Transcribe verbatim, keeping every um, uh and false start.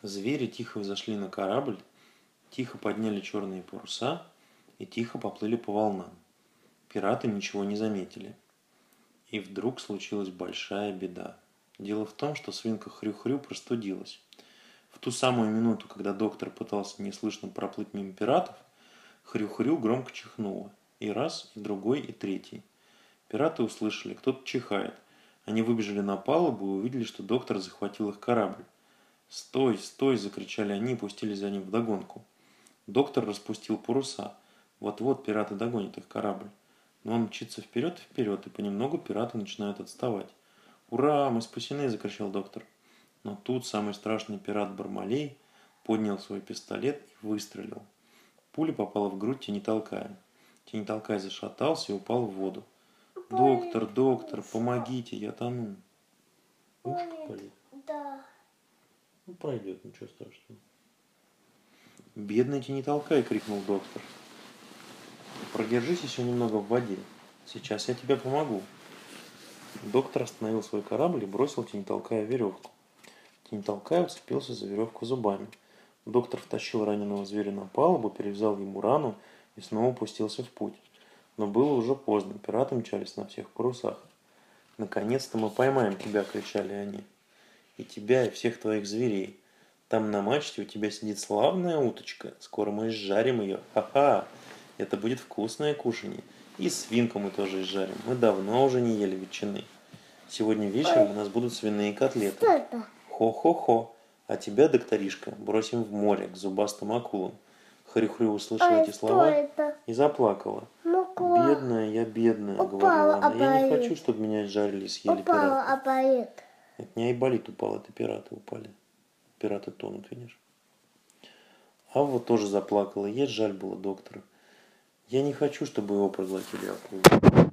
Звери тихо взошли на корабль, тихо подняли черные паруса и тихо поплыли по волнам. Пираты ничего не заметили. И вдруг случилась большая беда. Дело в том, что свинка Хрю-Хрю простудилась. В ту самую минуту, когда доктор пытался неслышно проплыть мимо пиратов, Хрю-Хрю громко чихнула. И раз, и другой, и третий. Пираты услышали, кто-то чихает. Они выбежали на палубу и увидели, что доктор захватил их корабль. «Стой, стой!» – закричали они и пустились за ним вдогонку. Доктор распустил паруса. Вот-вот пираты догонят их корабль. Но он мчится вперед и вперед, и понемногу пираты начинают отставать. «Ура! Мы спасены!» – закричал доктор. Но тут самый страшный пират Бармалей поднял свой пистолет и выстрелил. Пуля попала в грудь Тени-Толкая. Тени-Толкай зашатался и упал в воду. «Доктор, доктор, помогите, я тону!» Ушко болит? Да. Ну, пройдет, ничего страшного. «Бедный Тени-Толкай!» – крикнул доктор. «Продержись еще немного в воде. Сейчас я тебе помогу». Доктор остановил свой корабль и бросил Тени-Толкая в веревку. Тени-Толкай уцепился за веревку зубами. Доктор втащил раненого зверя на палубу, перевязал ему рану и снова пустился в путь. Но было уже поздно, пираты мчались на всех парусах. «Наконец-то мы поймаем тебя!» – кричали они. «И тебя, и всех твоих зверей. Там на мачте у тебя сидит славная уточка. Скоро мы изжарим ее. Ха-ха! Это будет вкусное кушанье. И свинку мы тоже изжарим. Мы давно уже не ели ветчины. Сегодня вечером у нас будут свиные котлеты. Хо-хо-хо! А тебя, докторишка, бросим в море к зубастым акулам». Хрю-Хрю услышала эти слова и заплакала. «Бедная я, бедная», — говорила она. «Я не хочу, чтобы меня изжарили и съели пираты». Это не Айболит упал, это пираты упали. Пираты тонут, видишь. Авва тоже заплакала. Ей жаль было доктора. «Я не хочу, чтобы его проглотили акулы».